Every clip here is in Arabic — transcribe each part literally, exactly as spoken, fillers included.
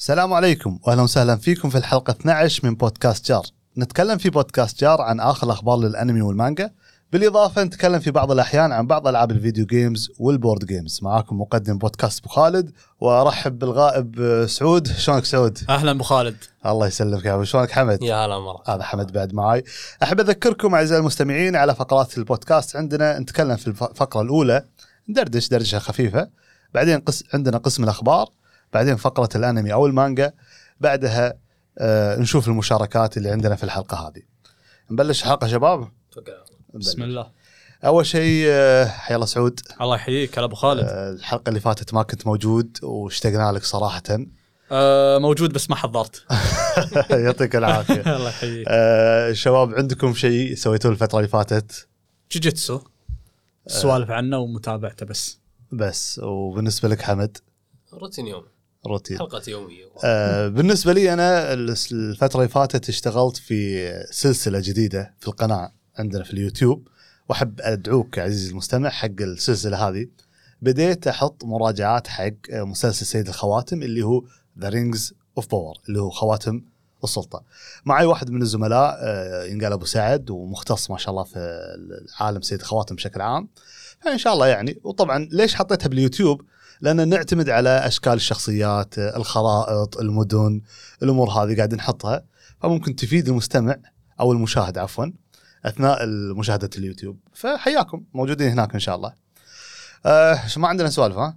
السلام عليكم واهلا وسهلا فيكم في الحلقه اثنتي عشرة من بودكاست جار. نتكلم في بودكاست جار عن اخر الاخبار للانمي والمانجا، بالاضافه نتكلم في بعض الاحيان عن بعض العاب الفيديو جيمز والبورد جيمز. معاكم مقدم بودكاست ابو خالد، وارحب بالغائب سعود. شلونك سعود؟ اهلا ابو خالد. الله يسلمك يا ابو. شلونك حمد؟ يا هلا مرحبا. هذا حمد بعد معاي. احب اذكركم اعزائي المستمعين على فقرات البودكاست. عندنا نتكلم في الفقره الاولى ندردش درجه خفيفه، بعدين قس عندنا قسم الاخبار، بعدين فقره الانمي او المانجا، بعدها آه نشوف المشاركات اللي عندنا في الحلقه هذه. نبلش الحلقه شباب. بسم الله. اول شيء آه حيا الله سعود. الله يحييك يا ابو خالد. آه الحلقه اللي فاتت ما كنت موجود واشتقنا لك صراحه. آه موجود بس ما حضرت. يعطيك العافيه. الله يحييك. آه شباب، عندكم شيء سويتوه الفتره اللي فاتت؟ جوجيتسو سوالف عنه ومتابعته بس. بس وبالنسبه لك حمد؟ روتين يوم، روتين، حلقة يومية. آه بالنسبة لي أنا الفترة اللي فاتت اشتغلت في سلسلة جديدة في القناة عندنا في اليوتيوب، وأحب أدعوك عزيزي المستمع حق السلسلة هذه. بديت أحط مراجعات حق مسلسل سيد الخواتم اللي هو The Rings of Power، اللي هو خواتم السلطة. معي واحد من الزملاء آه ينقال أبو سعد، ومختص ما شاء الله في عالم سيد الخواتم بشكل عام، فإن شاء الله يعني. وطبعا ليش حطيتها باليوتيوب؟ لأن نعتمد على أشكال الشخصيات، الخرائط، المدن، الأمور هذه قاعد نحطها، فممكن تفيد المستمع أو المشاهد عفوا أثناء مشاهدة اليوتيوب. فحياكم موجودين هناك إن شاء الله. أه ما عندنا سوالف ها؟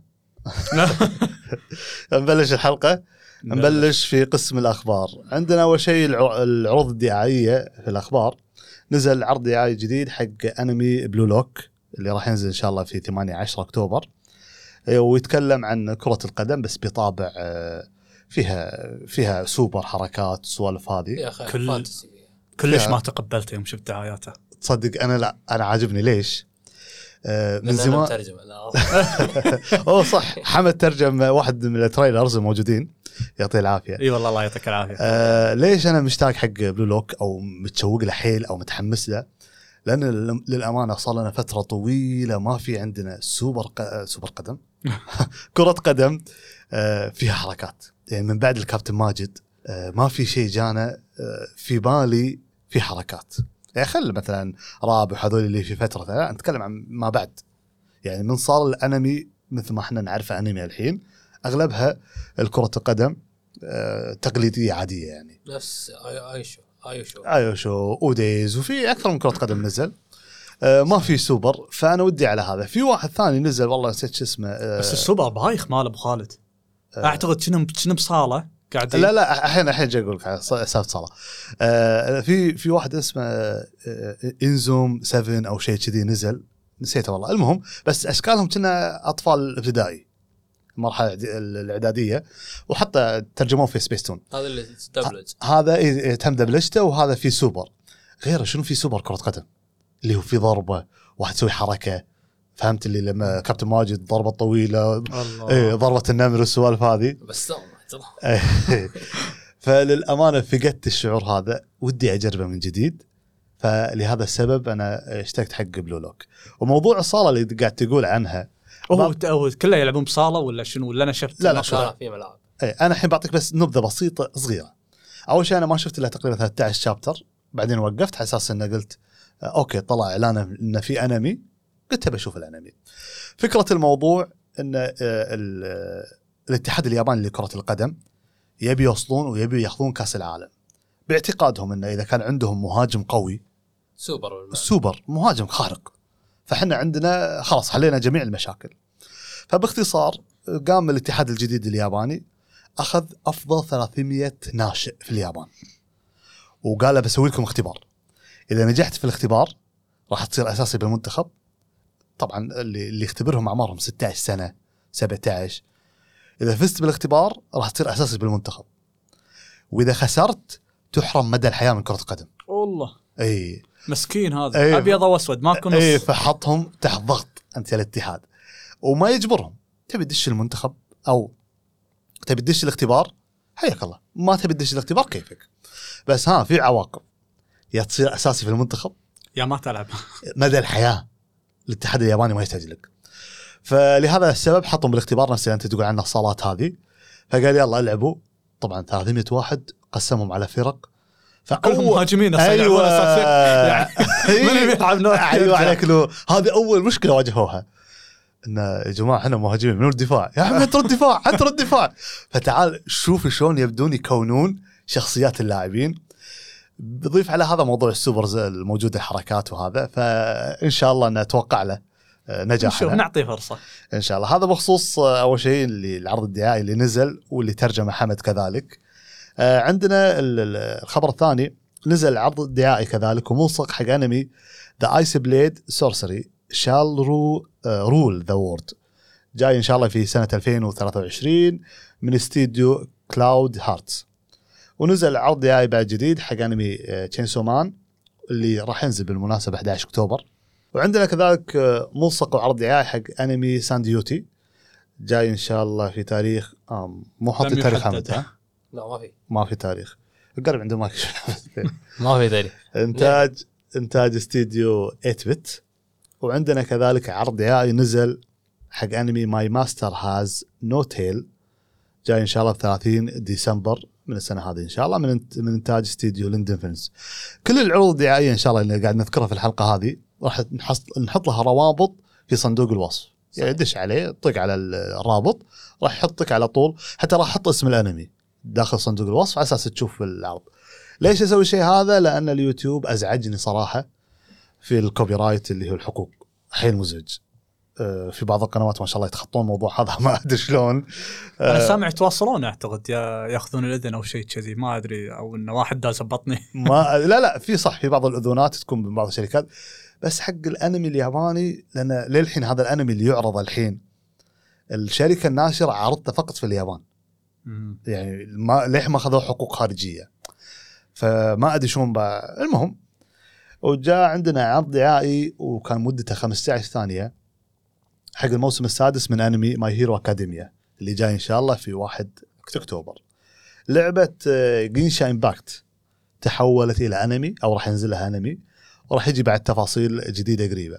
نبلش الحلقة. نبلش في قسم الأخبار. عندنا أول شيء العروض الدعائية في الأخبار. نزل عرض دعائي جديد حق أنمي بلو لوك اللي راح ينزل إن شاء الله في ثمانية عشر أكتوبر، ويتكلم عن كرة القدم بس بطابع فيها فيها سوبر حركات سوالف هذه. كل كلش ما تقبلته يوم شفت دعاياته. تصدق انا لا انا عاجبني ليش؟ آه من زمان ترجمة. لا اوه صح، حمد ترجم واحد من التريلرز الموجودين، يعطيه العافيه. اي والله الله يعطيك العافيه. آه ليش انا مشتاق حق بلو لوك او متشوق له حيل او متحمس له؟ لأن للأمانة صار لنا فترة طويلة ما في عندنا سوبر ق... سوبر قدم كرة قدم فيها حركات. يعني من بعد الكابتن ماجد ما في شيء جانا في بالي في حركات. يعني خل مثلا رابح هذول اللي في فترة، لا نتكلم عن ما بعد. يعني من صار الأنمي مثل ما احنا نعرفه أنمي الحين أغلبها الكرة القدم تقليدية عادية، يعني نفس ايشو ايشو ايوشو اوديز، وفي اكثر من كرة قدم نزل. آه ما في سوبر، فانا ودي على هذا. في واحد ثاني نزل والله نسيت شو اسمه. آه بس السوبر بايخ مال ابو خالد. آه اعتقد شنو شنو بصاله قاعد. لا لا الحين الحين جاي اقول لك سالفه صاله. آه في في واحد اسمه آه انزوم سبعة او شيء كذي نزل، نسيته والله. المهم بس اشكالهم كنا اطفال ابتدائي، المرحله الاعداديه، وحتى ترجموه في سبيستون. هذا اللي دبلج، هذا تم دبلجته، وهذا في سوبر. غيره شنو في سوبر كرة قدم اللي هو في ضربة واحد يسوي حركة، فهمت؟ اللي لما كابتن ماجد ضربة طويلة، ايه ضربة النمر والسوالف هذه. بس فللأمانة فقدت الشعور هذا، ودي أجربه من جديد. فلهذا السبب أنا اشتقت حق بلو لوك. وموضوع الصالة اللي قاعد تقول عنها، هو كله يلعبون بصالة ولا شنو؟ ولا أنا شفت لا لا في ملعب. ايه انا الحين بعطيك بس نبذه بسيطه صغيره. اول شيء انا ما شفت الا تقريبا ثلاثة عشر شابتر، بعدين وقفت على اساس انه قلت آه اوكي طلع اعلان انه في انمي، قلت بشوف الانمي. فكره الموضوع ان آه الاتحاد الياباني لكره القدم يبي يوصلون ويبي ياخذون كاس العالم، باعتقادهم انه اذا كان عندهم مهاجم قوي سوبر سوبر مهاجم خارق، فحنا عندنا خلاص حلينا جميع المشاكل. فباختصار قام الاتحاد الجديد الياباني أخذ أفضل ثلاثمية ناشئ في اليابان، وقال بسوي لكم اختبار، إذا نجحت في الاختبار راح تصير أساسي بالمنتخب. طبعا اللي اللي يختبرهم أعمارهم ستة عشر سنة سبعة عشر. إذا فزت بالاختبار راح تصير أساسي بالمنتخب، وإذا خسرت تحرم مدى الحياة من كرة القدم. والله أي مسكين هذا. أي أبيض وأسود ماكو نص. أي فحطهم تحت ضغط أنت الاتحاد، وما يجبرهم. تبي تدش المنتخب أو تبي تدش الاختبار حياك الله، ما تبي تدش الاختبار كيفك، بس ها في عواقب، يا تصير أساسي في المنتخب يا ما تلعب مدى الحياة. الاتحاد الياباني ما يحتاج لك. فلهذا السبب حطهم بالاختبار نفس اللي أنت تقول عنه الصالات هذه. فقال يلا العبوا. طبعا ثلاثمية واحد قسمهم على فرق، كلهم مهاجمين اصلا. أيوة. يعني من يلعب نوع ايوه عليك. لو هذه اول مشكله واجهوها، ان يا جماعه احنا مهاجمين من الدفاع، يا عم انت الدفاع انت الدفاع. فتعال شوف شلون يبدون يكونون شخصيات اللاعبين. بضيف على هذا موضوع السوبرز الموجوده الحركات وهذا، فان شاء الله نتوقع له نجاح. نشوف نعطيه فرصه ان شاء الله. هذا بخصوص اول شيء اللي العرض الدعائي اللي نزل واللي ترجمه حمد كذلك. عندنا الخبر الثاني، نزل عرض الدعائي كذلك وملصق حق انمي ذا ايس بليد سورسري شال رو رول ذا وورد، جاي ان شاء الله في سنه ألفين وثلاثة وعشرين من استديو كلاود هارتس. ونزل عرض دعائي بعد جديد حق انمي تشينسو مان اللي راح ينزل بالمناسبه أحد عشر أكتوبر. وعندنا كذلك ملصق وعرض دعائي حق انمي سانديوتي، جاي ان شاء الله في تاريخ مو حاط التاريخ حمد. ها لا ما في ما في تاريخ، قرب عنده مايك. ما في تاريخ. انتاج انتاج استديو ثمانية بت. وعندنا كذلك عرض دعائي نزل حق انمي ماي ماستر هاز نو تيل، جاي ان شاء الله في ثلاثين ديسمبر من السنه هذه ان شاء الله، من من انتاج استديو لندن فيلمز. كل العروض الدعائيه ان شاء الله اللي قاعد نذكرها في الحلقه هذه راح نحط لها روابط في صندوق الوصف، يعني دش عليه طق على الرابط راح يحطك على طول، حتى راح احط اسم الانمي داخل صندوق الوصف على اساس تشوف العرض. ليش اسوي الشيء هذا؟ لان اليوتيوب ازعجني صراحه في الكوبي رايت اللي هو الحقوق، حيل مزعج. في بعض القنوات ما شاء الله يتخطون الموضوع هذا، ما ادري شلون. انا سامع يتواصلون اعتقد ياخذون الاذن او شيء كذي، ما ادري، او انه واحد داز بطني. ما لا لا في صح في بعض الاذونات تكون من بعض الشركات، بس حق الانمي الياباني، لان للحين هذا الانمي اللي يعرض الحين الشركه الناشره عرضته فقط في اليابان، يعني ما ليه ما اخذوا حقوق خارجيه، فما ادري شلون بقى. المهم، وجاء عندنا عرض دعائي وكان مدته خمسة عشر ثانيه حق الموسم السادس من انمي ماي هيرو اكاديميا اللي جاي ان شاء الله في واحد أكتوبر. لعبه جينشا امباكت تحولت الى انمي، او راح ينزل لها انمي، وراح يجي بعد تفاصيل جديده قريبه.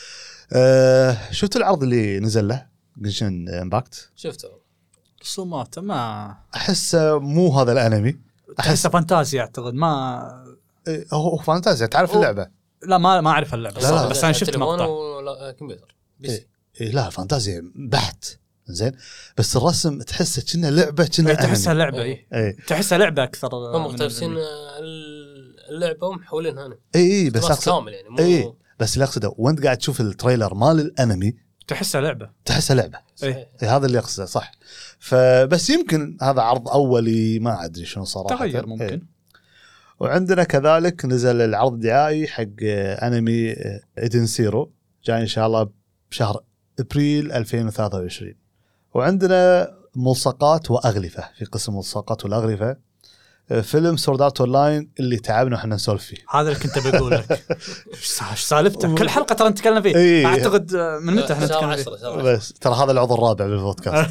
أه شفت العرض اللي نزل له جينشن امباكت؟ شفته رسوماته ما احس مو هذا الانمي، احسه فانتازيا اعتقد. ما هو فانتازيا، تعرف اللعبه؟ لا ما ما اعرف اللعبه، لا لا بس انا شفت مقطع. ولا كمبيوتر بس إيه إيه لا فانتازيا بحت زين، بس الرسم تحسه كأنه لعبه، كأنه تحسها لعبه. اي إيه. تحسها لعبه اكثر، هم مقتبسين اللعبه ومحولينها انا اي اي بس اقصد كامل يعني مو اي بس اللي اقصده وانت قاعد تشوف التريلر مال الانمي تحسها لعبه، تحسها لعبه. اي إيه هذا اللي اقصده صح. فبس يمكن هذا عرض اولي، ما ادري شنو صراحه، تغير ممكن. إيه. وعندنا كذلك نزل العرض الدعائي حق انمي ايدن سيرو، جاي ان شاء الله بشهر ابريل ألفين وثلاثة وعشرين. وعندنا ملصقات واغلفه في قسم ملصقات والاغلفه فيلم سورد آرت أونلاين اللي تعبنا احنا نسولف فيه. هذا اللي كنت بقول لك. ايش سالفته؟ كل حلقه ترى نتكلم فيه. إيه. اعتقد من متى احنا نتكلم فيه؟ بس ترى هذا العضو الرابع بالبودكاست.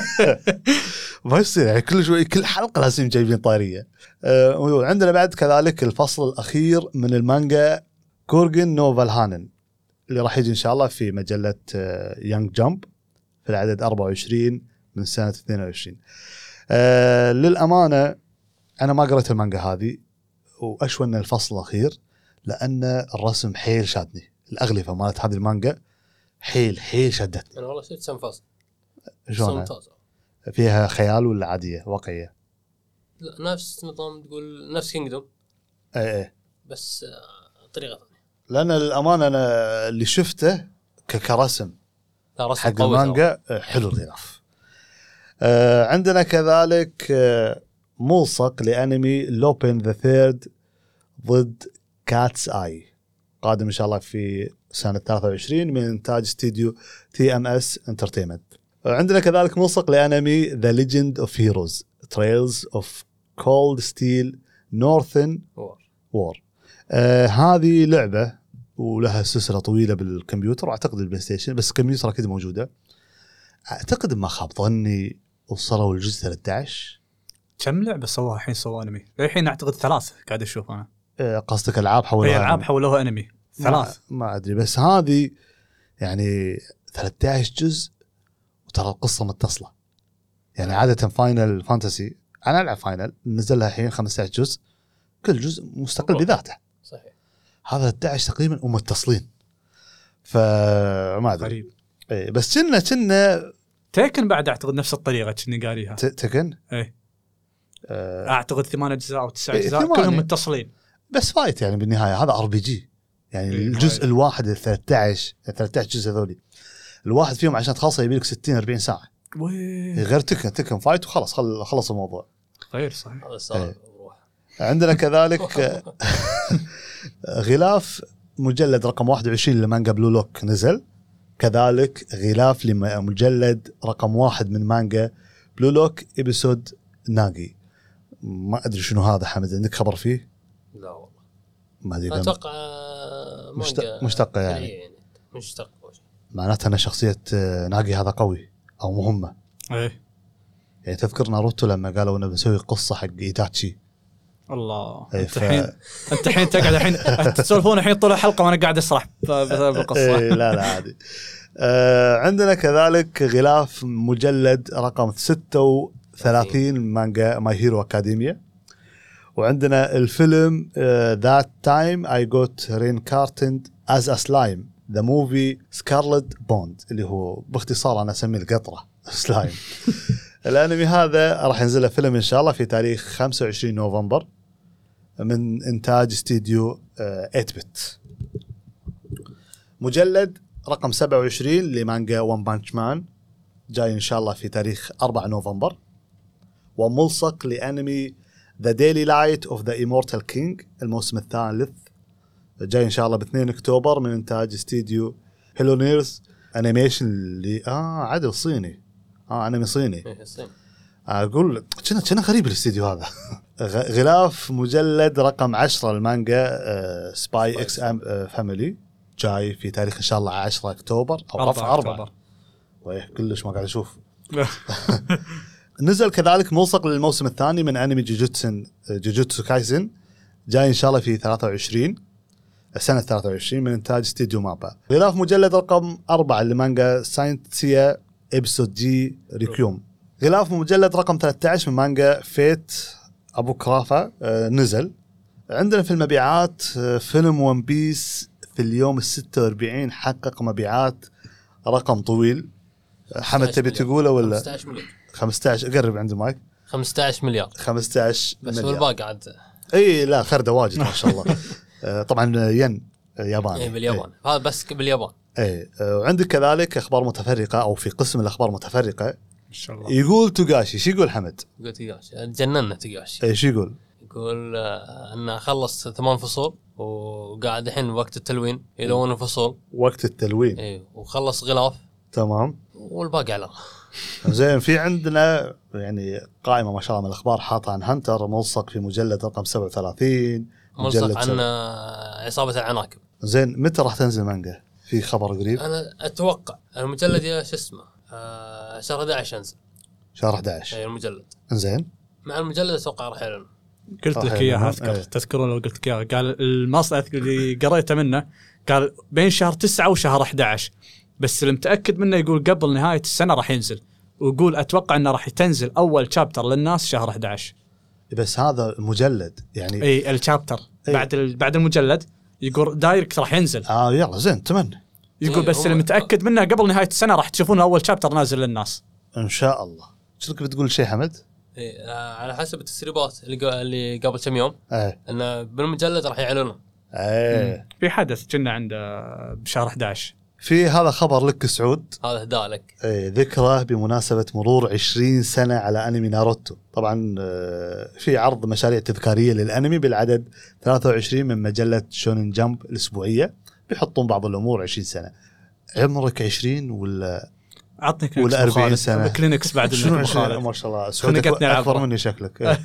ما يصير يعني كل شوي كل حلقه لازم جايبين طاريه. أه وعندنا بعد كذلك الفصل الاخير من المانجا كورجن نو فالهانن اللي راح يجي ان شاء الله في مجله يانج جامب في العدد أربعة وعشرين من سنه اثنين وعشرين. أه للامانه انا ما قرأت المانجا هذه، واشوى ان الفصل الاخير لان الرسم حيل شادني، الاغلفه مالت هذه المانجا حيل حيل شدتني. انا والله شفت سنفاص شلون فيها خيال ولا عاديه واقعيه؟ لا نفس نظام تقول نفس كينجدوم اي اي بس طريقه ثانيه. لان الامانه انا اللي شفته كرسم حق المانجا حلو الغلاف. آه عندنا كذلك آه ملصق لانمي لوبين ذا ثيرد ضد كاتس اي، قادم ان شاء الله في سنه ثلاثة وعشرين من انتاج استديو تي ام اس انترتينمنت. عندنا كذلك ملصق لانمي ذا ليجند اوف هيروز تريلز اوف كولد ستيل نورثن وور. آه هذه لعبه ولها سلسله طويله بالكمبيوتر واعتقد البلاي ستيشن، بس الكمبيوتر اكيد موجوده. اعتقد ما خاب ظني وصلوا الجزء ثلاثة عشر. كم لعبه سووها الحين؟ سووا انمي الحين اعتقد ثلاثه قاعد اشوف انا. آه قصدك العاب حولوها؟ اي العاب حولوها انمي ثلاث. ما, ما ادري، بس هذه يعني ثلاثة عشر جزء وترى القصه متصله. يعني عاده فاينل فانتسي انا العب فاينل نزل لها الحين خمسة عشر جزء، كل جزء مستقل أوه. بذاته. صحيح. هذا احد عشر تقريبا ومتصلين، فما ادري. غريب. اي بس كنا كنا تيكن بعد اعتقد نفس الطريقه كني قاريها. تكن اي آه اعتقد ثمان اجزاء او تسع إيه، اجزاء ثمانية. كلهم متصلين. بس فايت يعني بالنهايه هذا ار بي جي يعني. إيه، الجزء فايت. الواحد ال ثلاثة عشر ثلاثة عشر جزء هذولي الواحد فيهم عشان تخلصه يبي لك ستين أربعين ساعه، وي. غير تكن تكن فايت وخلاص خل خلص الموضوع. غير صحيح. هذا صار إيه. بروح. عندنا كذلك غلاف مجلد رقم واحد وعشرين لمانجا بلو لوك نزل، كذلك غلاف لمجلد رقم واحد من مانجا بلو لوك إبسود ناجي. ما أدري شنو هذا حمد، عندك خبر فيه؟ لا والله ما أدري. اتوقع مشت- مشتقة يعني. يعني مشتق معناته أن شخصية ناجي هذا قوي أو مهمة. ايه يعني تذكر ناروتو لما قالوا إنه بنسوي قصة حق إيتاتشي. الله. إيه، انت ف- الحين انت الحين تقعد الحين تسولفون الحين طول الحلقه وانا قاعد اسرح ب- ب- بالقصه. إيه لا لا عادي. آه عندنا كذلك غلاف مجلد رقم ستة وثلاثين من مانجا ماي هيرو أكاديميا. وعندنا الفيلم ذات تايم اي جوت رينكارتند از ا سلايم ذا موفي سكارلت بوند، اللي هو باختصار انا اسميه القطره سلايم. الانمي هذا راح ينزل له فيلم ان شاء الله في تاريخ خمسة وعشرين نوفمبر من انتاج استديو ثمانية بت. مجلد رقم سبعة وعشرين لمانجا ون بانش مان جاي ان شاء الله في تاريخ أربعة نوفمبر. وملصق لانمي The Daily Light of the Immortal King الموسم الثالث جاي إن شاء الله باثنين أكتوبر من إنتاج استديو هيلونيرز أنيميشن اللي آه عدل صيني آه أنمي صيني. إيه الصين. أقول كنا كنا غريب الاستديو هذا. غ- غلاف مجلد رقم عشرة المانجا آه سباي إكس أم آه فاميلي جاي في تاريخ إن شاء الله عشرة أكتوبر أو أربعة أربعة. أكتوبر. ويه كلش ما قاعد أشوف. نزل كذلك ملصق للموسم الثاني من انمي جوجوتسن جوجوتسو كايسن جاي ان شاء الله في ثلاثة وعشرين سنه ثلاثة وعشرين من انتاج استديو مابا. غلاف مجلد رقم أربعة لمانجا ساينتسيا إبسود جي ريكيوم. غلاف مجلد رقم ثلاثة عشر من مانجا فيت ابو كرافه آه نزل. عندنا في المبيعات آه فيلم ون بيس في اليوم الستة وأربعين حقق مبيعات رقم طويل. حمد تبي تقوله ولا؟ خمسة عشر مليون. خمسة عشر قرب عند المايك. خمسة عشر مليار خمسة عشر بس مليار. والباقي عاد اي لا خرده واجد ما شاء الله. آه، طبعا ين ياباني. إيه باليابان. هذا بس باليابان. اي آه، وعندك كذلك اخبار متفرقه او في قسم الاخبار متفرقه ان شاء الله. يقول توغاشي. شو يقول حمد؟ يقول تيغاشي تجننا تيغاشي. اي شو يقول؟ يقول آه، انه خلص ثمان فصول وقاعد الحين وقت التلوين يلون الفصول. وقت التلوين. ايه وخلص غلاف تمام والباقي على الله. زين. في عندنا يعني قائمه ما شاء الله من الاخبار حاطه عن هانتر ملصق في مجلد رقم سبعة وثلاثين. ملصق عن سبعة. آه، عصابة العناكب. زين متى راح تنزل مانجا؟ في خبر قريب؟ انا اتوقع المجلد يا شو اسمه آه، شهر أحد عشر ينزل. شهر أحد عشر. اي المجلد زين. مع المجلد اتوقع راح يعلن. قلت لك صحيح. اياها إيه. اذكر تذكرون لو قلت لك اياها. قال المصدر اللي قريته منه قال بين شهر تسعة وشهر أحد عشر، بس المتاكد منه يقول قبل نهايه السنه راح ينزل، ويقول اتوقع انه راح تنزل اول شابتر للناس شهر أحد عشر. بس هذا مجلد يعني. اي الشابتر إيه. بعد ال... بعد المجلد يقول دايركت راح ينزل. اه يلا زين تمنى يقول إيه، بس هو- اللي متاكد منه قبل نهايه السنه راح تشوفون اول شابتر نازل للناس. ان شاء الله. شو بتقول شيء حمد؟ إيه آه، على حسب التسريبات اللي قا- اللي قبل كم يوم ايه انه بالمجلد راح يعلنون. ايه. في حدث كنا عنده بشهر أحد عشر. في هذا خبر لك سعود. هذا هداء لك. ايه ذكرى بمناسبة مرور عشرين سنة على انمي ناروتو. طبعا آه، في عرض مشاريع تذكارية للانمي بالعدد ثلاثة وعشرين من مجلة شونن جمب الاسبوعية. بيحطون بعض الامور عشرين سنة. عمرك عشرين ولا عطني كلينكس ولا أبو أربعين خالد. سنة. كلينكس بعد شنو أبو عشرين؟ خالد. ما شاء الله سعود خلقتني اكبر العبرة. مني شكلك. إيه.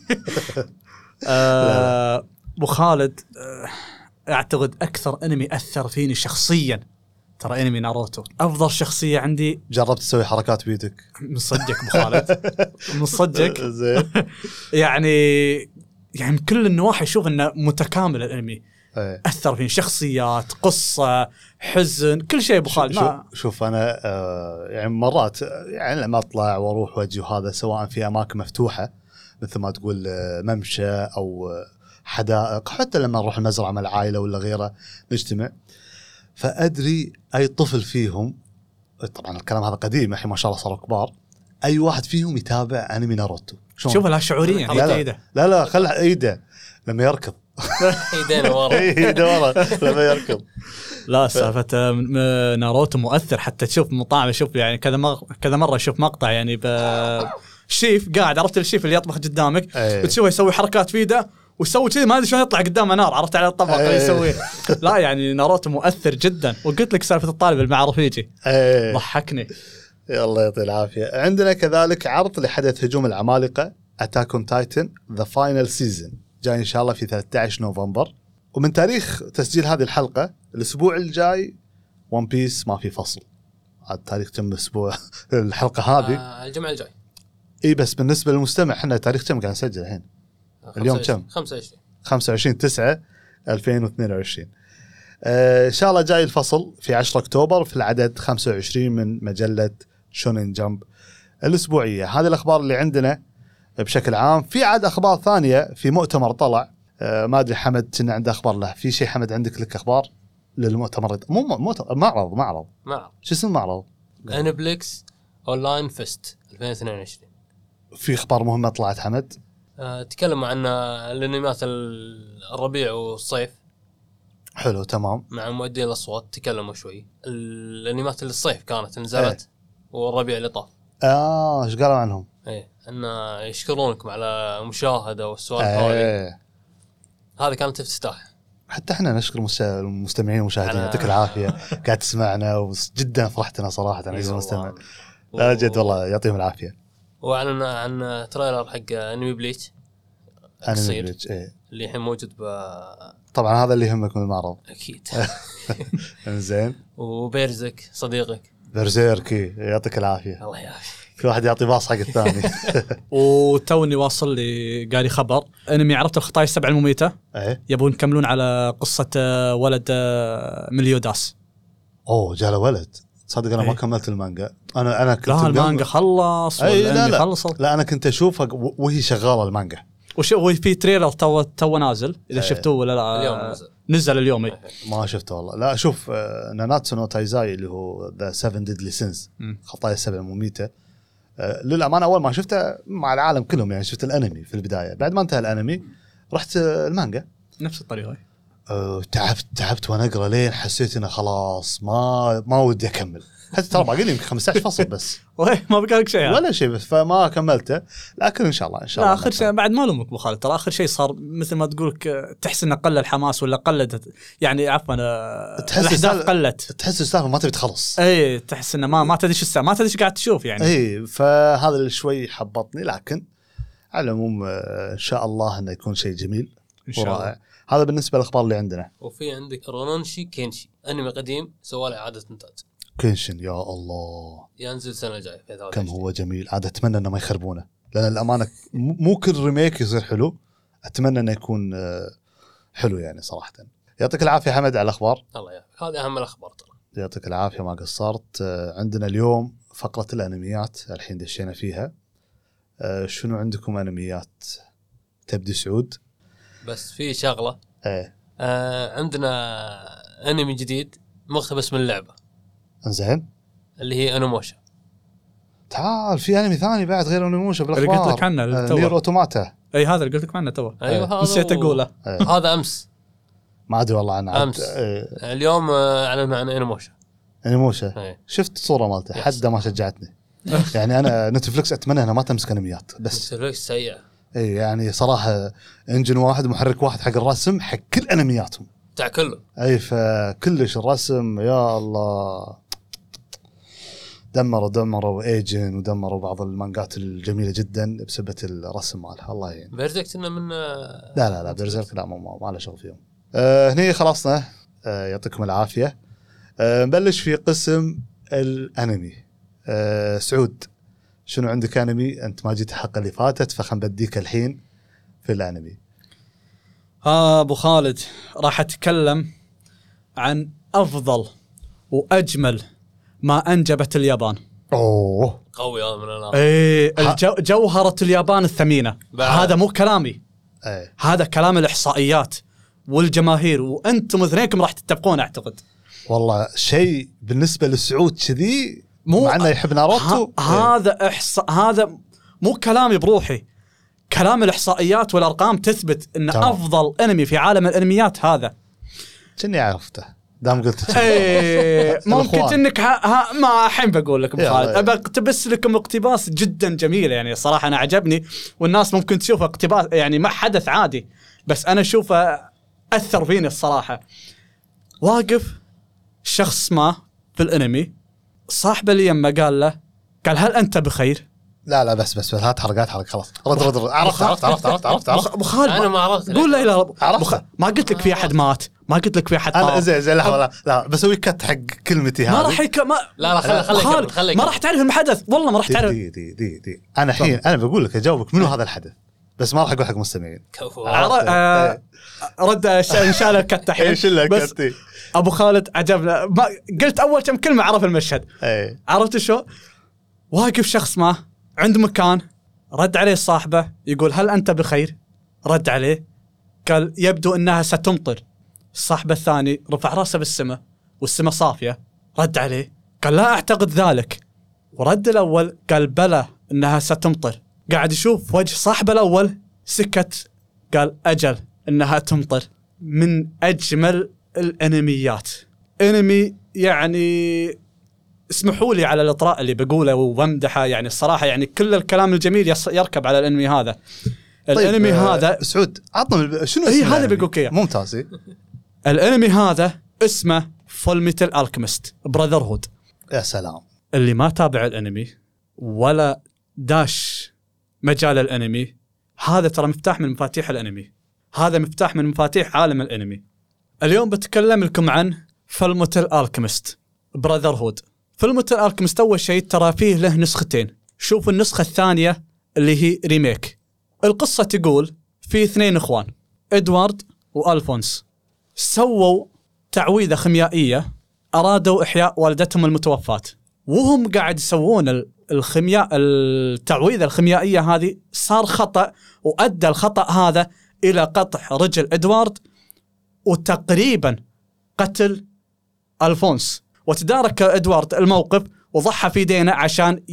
آه، ابو خالد آه، اعتقد اكثر انمي اثر فيني شخصيا ترى انمي ناروتو. افضل شخصيه عندي جربت تسوي حركات بيدك؟ من صدق ابو خالد من صدق زين. يعني يعني من كل النواحي اشوف انه متكامل الانمي. إيه. اثر فيني شخصيات قصه حزن كل شيء ابو خالد. ما شوف, شوف انا آه يعني مرات يعني لما اطلع واروح واجي وهذا سواء في اماكن مفتوحه مثل ما تقول ممشى أو حدائق، حتى لما نروح المزرعة مع العائلة ولا غيره نجتمع. فأدري أي طفل فيهم، طبعا الكلام هذا قديم الحين ما شاء الله صاروا كبار، أي واحد فيهم يتابع أنمي ناروتو. شوف لها شعوريا. لا لا, لا لا خل ايده لما يركض ايدينا ورا ايده ورا لما يركض. لا سالفه ناروتو مؤثر، حتى تشوف مطاعم، شوف يعني كذا مر... كذا مره اشوف مقطع يعني بشيف قاعد، عرفت الشيف اللي يطبخ قدامك تشوفه يسوي حركات في يده ويسوي كذي ما ادري شلون يطلع قدامه نار، عرفت على الطبق اللي يسويه. لا يعني ناروتو مؤثر جدا. وقلت لك سالفه الطالب المع رفيجي ضحكني. الله يعطيه العافيه. عندنا كذلك عرض لحدث هجوم العمالقه أتاك أون تايتن ذا فاينل سيزون، جاي ان شاء الله في ثلاثة عشر نوفمبر. ومن تاريخ تسجيل هذه الحلقه الاسبوع الجاي ون بيس ما في فصل، هذا تاريخ كم الاسبوع الحلقه هذه؟ آه الجمعه الجاي. اي بس بالنسبه للمستمع احنا تاريخ كم قاعد نسجل الحين؟ اليوم كم؟ خمسة وعشرين خمسة وعشرين تسعة ألفين واثنين وعشرين. آه ان شاء الله جاي الفصل في عشرة أكتوبر في العدد خمسة وعشرين من مجله شونين جمب الاسبوعيه. هذه الاخبار اللي عندنا بشكل عام. في عاد اخبار ثانيه في مؤتمر طلع، آه ما ادري حمد كنا عنده اخبار له في شيء. حمد عندك لك اخبار للمؤتمر؟ مو مؤتمر، معرض معرض معرض شو اسم المعرض؟ انبليكس اونلاين فيست ألفين واثنين وعشرين. في اخبار مهمه طلعت حمد؟ أه تكلموا عن الانميات الربيع والصيف. حلو تمام. مع مؤدي الاصوات تكلموا شوي. الانميات الصيف كانت نزلت ايه. والربيع اللي طاف اه ايش قالوا عنهم؟ ايه ان يشكرونكم على المشاهده والسؤال ايه. هذه. هذه كانت افتتاح. حتى احنا نشكر المستمعين والمشاهدين، يعطيك العافيه قاعد تسمعنا وجدا فرحتنا صراحه عزيزي المستمع. لا جد والله يعطيهم العافيه. واعلن عن تريلر حق انمي بليتش انمي بليتش ايه اللي الحين موجود ب... طبعا هذا اللي يهمك من المعرض اكيد. انزين. وبيرزك صديقك برزيركي يعطيك العافيه. الله يعافيك. في واحد يعطي باص حق الثاني. وتوني واصل لي قال لي خبر انمي عرفت الخطايا السبع المميته ايه يبون يكملون على قصه ولد مليوداس. اوه جاله ولد. صدق انا ايه. ما كملت المانجا. انا انا كنت لا المانجا خلص والانمي خلص. لا انا كنت اشوفها وهي شغاله المانجا. وش هو في تريلر تو تو نازل اذا ايه. شفتوه ولا لا؟ اليوم نزل. نزل اليوم ايه. ما شفته والله. لا اشوف ناناتسو نو تايزاي اللي هو ذا سفن ديدلي سينز خطايا السبع المميته. للامانه اول ما شفته مع العالم كلهم يعني شفت الانمي في البدايه، بعد ما انتهى الانمي رحت المانجا نفس الطريقه. أه تعبت تعبت وانا اقرا لين حسيت انه خلاص ما ما ودي اكمل. حتى ترى باقي لي خمسة عشر فصل بس ما بقى لك شيء ولا شيء بس، فما كملته. لكن ان شاء الله ان شاء الله لا اخر شيء بعد ما لومك ابو خالد، ترى اخر شيء صار مثل ما تقولك تحس انه قل الحماس ولا قلت يعني عفوا الاحداث قلت، تحس السالفه ما تبي تخلص. اي تحس انه ما ما تدري ايش السالفه، ما تدري ايش قاعد تشوف يعني. اي فهذا اللي شوي حبطني، لكن على العموم ان شاء الله انه يكون شيء جميل ورائع. هذا بالنسبه للاخبار اللي عندنا. وفي عندك رونونشي كينشي انمي قديم سوى له اعاده انتاج. كينشن يا الله ينزل السنه الجايه. كم هو جميل. عاد اتمنى انه ما يخربونه، لان الامانه مو كل ريميك يصير حلو، اتمنى انه يكون حلو يعني صراحه. يعطيك العافيه حمد على الاخبار. الله يعافيك، هذه اهم الاخبار ترى. يعطيك العافيه ما قصرت. عندنا اليوم فقره الانميات الحين دشينا فيها. شنو عندكم انميات؟ تبدي سعود. بس في شغله ايه آه عندنا انمي جديد مقتبس من اللعبه. انزين. اللي هي انوموشا. تعال في انمي ثاني بعد غير انوموشا بالاخبار. اللي قلت لك عنه آه نير اوتوماتا. اي هذا اللي قلت لك عنه تو. ايوه هذا نسيت اقوله. هذا امس ما ادري والله عنه امس. ايه. اليوم اعلن عن انوموشا. انوموشا ايه. شفت صوره مالته حده ما شجعتني. يعني انا نتفلكس اتمنى انها ما تمسك انميات بس. نتفلكس سيء. اي يعني صراحه انجن واحد محرك واحد حق الرسم حق كل انمياتهم تاع كله. اي فكلش الرسم يا الله دمروا دمروا ايجن ودمروا بعض المانجات الجميله جدا بسبب الرسم مالها. الله يعين. بيرزيرك انه من لا لا لا بيرزيرك لا ما ما له شغل فيهم. آه هني خلصنا. آه يعطيكم العافيه. آه نبلش في قسم الانمي. آه سعود شنو عندك انمي؟ انت ما جيت الحلقه اللي فاتت فخلنا بديك الحين في الانمي. ها ابو خالد راح اتكلم عن افضل واجمل ما انجبت اليابان. اوه قوي هذا من الآخر. ايه الجو جوهرة اليابان الثمينة. هذا مو كلامي، ايه. هذا كلام الإحصائيات والجماهير، وأنتم اثنينكم راح تتفقون أعتقد. والله شيء بالنسبة للسعود كذي، مو مع انه يحب ناروتو. ه... هذا إحصاء، هذا مو كلامي بروحي، كلام الإحصائيات والأرقام تثبت إن طبعا. أفضل أنمي في عالم الأنميات هذا. كني عرفته دام قلت ايه ممكن انك ها, ها ما الحين بقول لكم خالد، ابى اقتبس لكم اقتباس جدا جميل يعني صراحه انا عجبني، والناس ممكن تشوفه اقتباس يعني ما حدث عادي، بس انا اشوفه اثر فيني الصراحه. واقف شخص ما في الانمي، صاحبه اللي يمه قال له، قال هل انت بخير؟ لا لا بس بس بس هات حرقات حرق خلاص. رد رد رد. عرفت عرفت عرفت عرفت عرفت عرفت ابو خالد انا ما عرفت. قول لا لا عرفت. ما قلت لك في احد مات، ما قلت لك في احد انا طار. زين زين لحظه لا لا بسوي كت حق كلمتي هذه. ما راح يك... ما لا لا خلي خلي خالد خلي ما راح تعرف الحدث، والله ما راح دي تعرف. دي دي دي, دي. انا الحين انا بقول لك اجاوبك منو هذا الحدث، بس ما راح اقول حق مستمعين. كفو. عر... آه... رد ان شاء الله الكت الحين. ايش اللي بس كتي؟ ابو خالد عجبنا، ما... قلت اول كم كلمه عرف المشهد. ايه عرفت شو؟ واقف شخص ما عند مكان، رد عليه صاحبه يقول هل انت بخير؟ رد عليه قال يبدو انها ستمطر. الصاحب الثاني رفع راسه بالسماء والسماء صافيه، رد عليه قال لا اعتقد ذلك. ورد الاول قال بلى انها ستمطر. قاعد يشوف وجه صاحبه الاول، سكت، قال اجل انها تمطر. من اجمل الانميات، انمي يعني اسمحوا لي على الاطراء اللي بقوله وامدحه، يعني الصراحه يعني كل الكلام الجميل يركب على الانمي هذا. طيب الانمي آه هذا سعود عطنا شنو اي اسمه؟ هذا بقولك اياه ممتاز. الانمي هذا اسمه فول ميتال الكيميست براذر هود. يا سلام. اللي ما تابع الانمي ولا داش مجال الانمي، هذا ترى مفتاح من مفاتيح الانمي، هذا مفتاح من مفاتيح عالم الانمي. اليوم بتكلم لكم عن فول ميتال الكيميست براذر هود. فول ميتال الكيميست اول شيء ترى فيه له نسختين، شوف النسخه الثانيه اللي هي ريميك. القصه تقول في اثنين اخوان ادوارد والفونس، سووا تعويذه خيميائيه، ارادوا احياء والدتهم المتوفاه، وهم قاعد يسوون الخيمياء التعويذه الخيميائيه هذه صار خطا، وادى الخطا هذا الى قطع رجل ادوارد وتقريبا قتل الفونس. وتدارك ادوارد الموقف وضحى في دينه عشان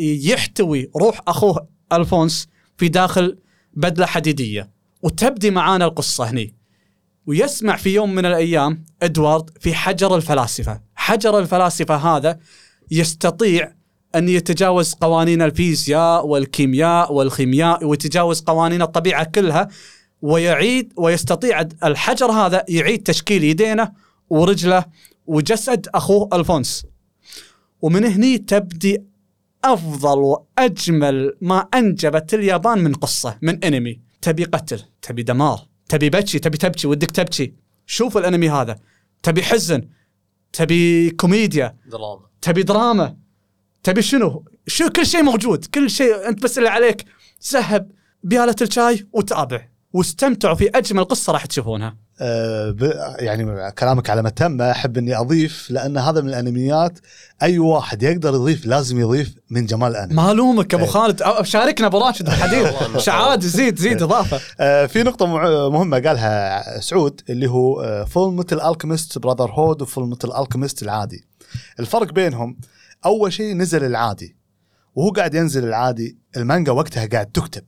يحتوي روح اخوه الفونس في داخل بدله حديديه. وتبدي معانا القصه هني. ويسمع في يوم من الايام ادوارد في حجر الفلاسفه. حجر الفلاسفه هذا يستطيع ان يتجاوز قوانين الفيزياء والكيمياء والخيمياء، ويتجاوز قوانين الطبيعه كلها، ويعيد ويستطيع الحجر هذا يعيد تشكيل يدينه ورجله وجسد اخوه الفونس. ومن هني تبدي افضل واجمل ما انجبت اليابان من قصه، من انمي. تبي قتل، تبي دمار، تبي بكي، تبي تبكي ودك تبكي. شوف الانمي هذا، تبي حزن، تبي كوميديا، دراما، تبي دراما، تبي شنو شو كل شيء موجود، كل شيء. انت بس اللي عليك سهب بيالة الشاي وتابع واستمتعوا في اجمل قصه راح تشوفونها. أه يعني كلامك على متم، احب اني اضيف، لان هذا من الانميات اي واحد يقدر يضيف لازم يضيف من جمال الانمي. ما الومك ابو خالد، شاركنا ابو راشد الحديث. شعاد زيد زيد اضافه. أه في نقطه مهمه قالها سعود اللي هو فول ميتال الكيميست براذر هود وفول ميتال الكيميست العادي. الفرق بينهم اول شيء نزل العادي، وهو قاعد ينزل العادي المانجا وقتها قاعد تكتب،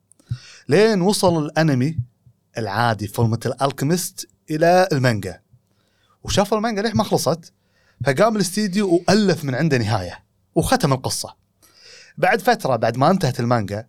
لين وصل الانمي العادي فول ميتال الكيميست الى المانجا، وشاف المانجا ليه ما خلصت، فقام الاستديو والف من عنده نهايه وختم القصه. بعد فتره بعد ما انتهت المانجا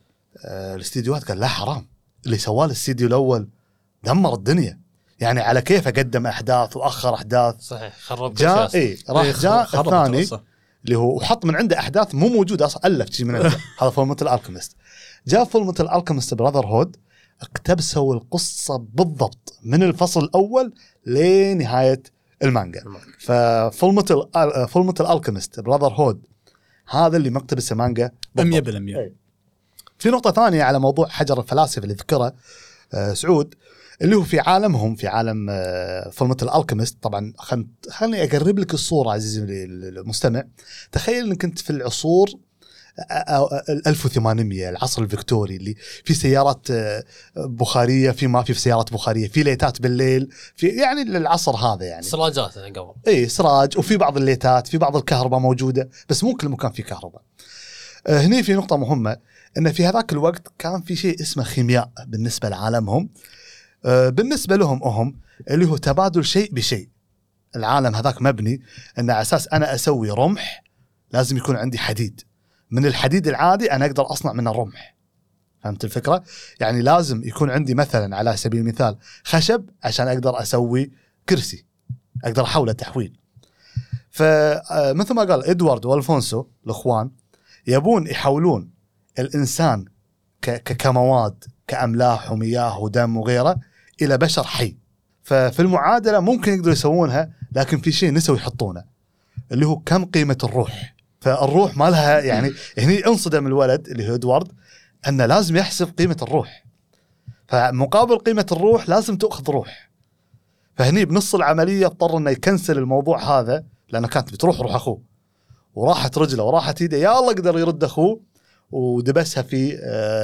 آه الاستديوهات قال لا حرام، اللي سواه الاستديو الاول دمر الدنيا، يعني على كيف قدم احداث واخر احداث. صحيح خرب جاء اي راح جاء الثاني اللي هو وحط من عنده احداث مو موجوده اصلا، الف شيء من عنده. هذا فول ميتال الكيميست. جاء فول ميتال الكيميست براذر هود اقتبسوا القصة بالضبط من الفصل الأول لنهاية المانجا. ففول ميتال فول ميتال الكيميست براذر هود هذا اللي مقتبس المانجا مية بالمية. في نقطة ثانية على موضوع حجر الفلاسفة اللي ذكره آه سعود، اللي هو في عالمهم في عالم آه فول ميتال الكيميست. طبعا خلني أقرب لك الصورة عزيزي المستمع. تخيل أنك كنت في العصور ألف وثمانمية العصر الفيكتوري اللي في سيارات بخاريه، في ما في سيارات بخاريه، في ليتات بالليل، في يعني العصر هذا يعني سراجات قبل اي سراج، وفي بعض الليتات، في بعض الكهرباء موجوده، بس مو كل مكان في كهرباء. أه هني في نقطه مهمه، ان في هذاك الوقت كان في شيء اسمه خيمياء بالنسبه لعالمهم. أه بالنسبه لهم هم اللي هو تبادل شيء بشيء. العالم هذاك مبني ان على اساس انا اسوي رمح لازم يكون عندي حديد، من الحديد العادي انا اقدر اصنع منه رمح. فهمت الفكره؟ يعني لازم يكون عندي مثلا على سبيل المثال خشب عشان اقدر اسوي كرسي، اقدر احوله تحويل. فمثل ما قال ادوارد والفونسو الاخوان يبون يحولون الانسان كمواد كاملاح ومياه ودم وغيره الى بشر حي. ففي المعادله ممكن يقدروا يسوونها، لكن في شيء نسوا يحطونه اللي هو كم قيمه الروح. فالروح ما لها يعني هني انصدم الولد اللي هو ادوارد انه لازم يحسب قيمه الروح، فمقابل قيمه الروح لازم تاخذ روح. فهني بنص العمليه اضطر انه يكنسل الموضوع هذا، لانه كانت بتروح روح اخوه، وراحت رجله وراحت ايده، يا الله قدر يرد اخوه ودبسها في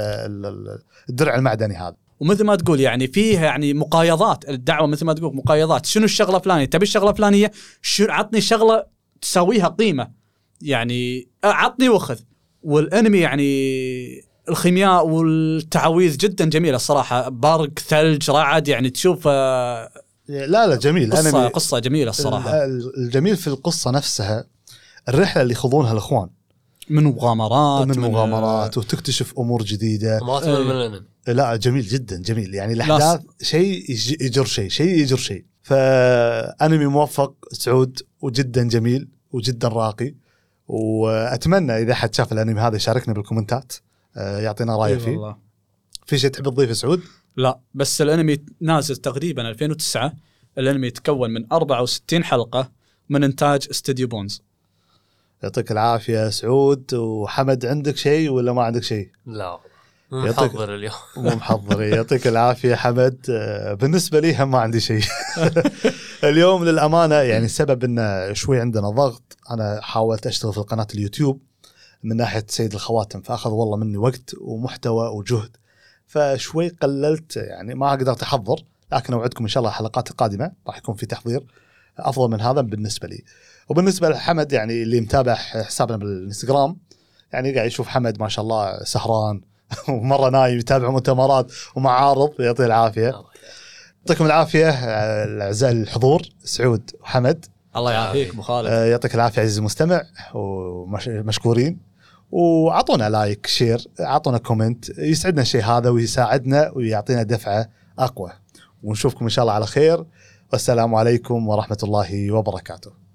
الدرع المعدني هذا. ومثل ما تقول يعني فيها يعني مقايضات الدعوه، مثل ما تقول مقايضات، شنو الشغله الفلانيه، تبي الشغله الفلانيه، شنو عطني شغله تسويها قيمه، يعني عطني واخذ. والانمي يعني الخيمياء والتعاويذ جدا جميله الصراحه، برق ثلج رعد، يعني تشوف لا لا جميل. قصه أنا قصه جميله الصراحه. الجميل في القصه نفسها الرحله اللي يخوضونها الاخوان من مغامرات من مغامرات من وتكتشف امور جديده. ما تمل من الانمي. لا جميل جدا جميل، يعني الاحداث شيء يجر شيء شيء يجر شيء. فانمي موفق سعود وجدا جميل وجدا راقي، واتمنى اذا حد شاف الانمي هذا يشاركنا بالكومنتات يعطينا رايه فيه. والله. في شيء تحب تضيفه سعود؟ لا بس الانمي نازل تقريبا ألفين وتسعة. الانمي يتكون من أربعة وستين حلقه من انتاج استوديو بونز. يعطيك العافيه سعود. وحمد عندك شيء ولا ما عندك شيء؟ لا محضر اليوم. مو محضر. يعطيك العافيه حمد. بالنسبه لي هم ما عندي شيء اليوم للامانه، يعني السبب ان شوي عندنا ضغط. انا حاولت اشتغل في قناه اليوتيوب من ناحيه سيد الخواتم، فاخذ والله مني وقت ومحتوى وجهد، فشوي قللت يعني ما قدرت احضر. لكن اوعدكم ان شاء الله الحلقات القادمه راح يكون في تحضير افضل من هذا بالنسبه لي. وبالنسبه لحمد يعني اللي متابع حسابنا بالانستغرام يعني قاعد يشوف حمد ما شاء الله سهران ومره نايم يتابع مؤتمرات ومعارض. يعطيه العافيه. يعطيكم العافيه اعزائي الحضور سعود وحمد. الله يعافيك ابو خالد. يعطيك العافيه عزيزي المستمع ومشكورين. وعطونا لايك شير، عطونا كومنت، يسعدنا الشيء هذا ويساعدنا ويعطينا دفعه اقوى. ونشوفكم ان شاء الله على خير، والسلام عليكم ورحمه الله وبركاته.